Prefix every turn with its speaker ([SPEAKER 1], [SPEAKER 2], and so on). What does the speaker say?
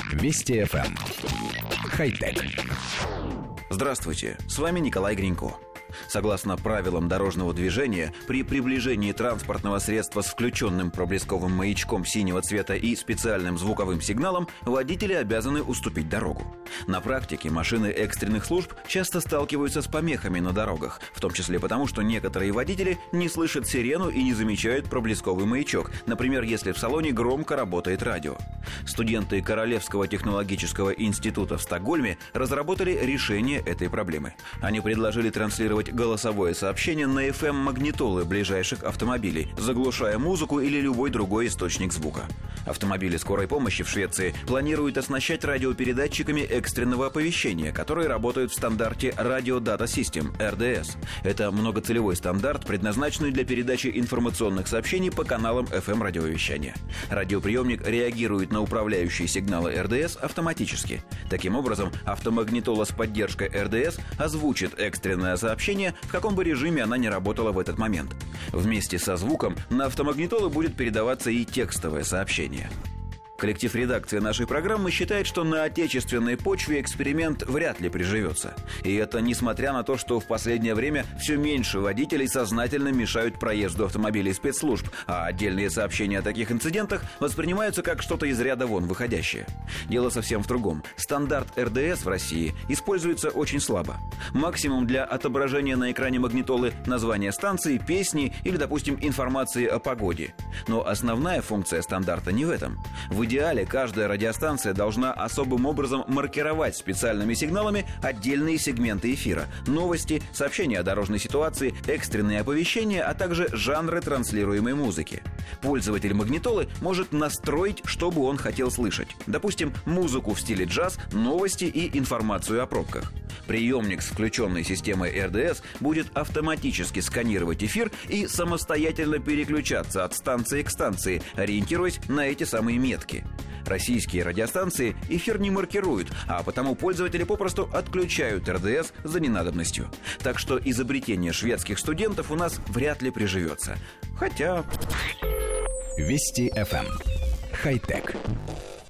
[SPEAKER 1] Вести ФМ. Хай-тек.
[SPEAKER 2] Здравствуйте, с вами Николай Гринько. Согласно правилам дорожного движения, при приближении транспортного средства с включенным проблесковым маячком синего цвета и специальным звуковым сигналом водители обязаны уступить дорогу. На практике машины экстренных служб часто сталкиваются с помехами на дорогах, в том числе потому, что некоторые водители не слышат сирену и не замечают проблесковый маячок, например, если в салоне громко работает радио. Студенты Королевского технологического института в Стокгольме разработали решение этой проблемы. Они предложили транслировать голосовое сообщение на FM-магнитолы ближайших автомобилей, заглушая музыку или любой другой источник звука. Автомобили скорой помощи в Швеции планируют оснащать радиопередатчиками экстренного оповещения, которые работают в стандарте Radio Data System, RDS. Это многоцелевой стандарт, предназначенный для передачи информационных сообщений по каналам FM-радиовещания. Радиоприемник реагирует на управляющие сигналы RDS автоматически. Таким образом, автомагнитола с поддержкой RDS озвучит экстренное сообщение, в каком бы режиме она ни работала в этот момент. Вместе со звуком на автомагнитолы будет передаваться и текстовое сообщение. Коллектив редакции нашей программы считает, что на отечественной почве эксперимент вряд ли приживется. И это несмотря на то, что в последнее время все меньше водителей сознательно мешают проезду автомобилей спецслужб, а отдельные сообщения о таких инцидентах воспринимаются как что-то из ряда вон выходящее. Дело совсем в другом. Стандарт РДС в России используется очень слабо. Максимум для отображения на экране магнитолы названия станции, песни или, допустим, информации о погоде. Но основная функция стандарта не в этом. В идеале каждая радиостанция должна особым образом маркировать специальными сигналами отдельные сегменты эфира, новости, сообщения о дорожной ситуации, экстренные оповещения, а также жанры транслируемой музыки. Пользователь магнитолы может настроить, что бы он хотел слышать. Допустим, музыку в стиле джаз, новости и информацию о пробках. Приемник с включенной системой РДС будет автоматически сканировать эфир и самостоятельно переключаться от станции к станции, ориентируясь на эти самые метки. Российские радиостанции эфир не маркируют, а потому пользователи попросту отключают РДС за ненадобностью. Так что изобретение шведских студентов у нас вряд ли приживется. Хотя...
[SPEAKER 1] Вести ФМ. Хай-тек.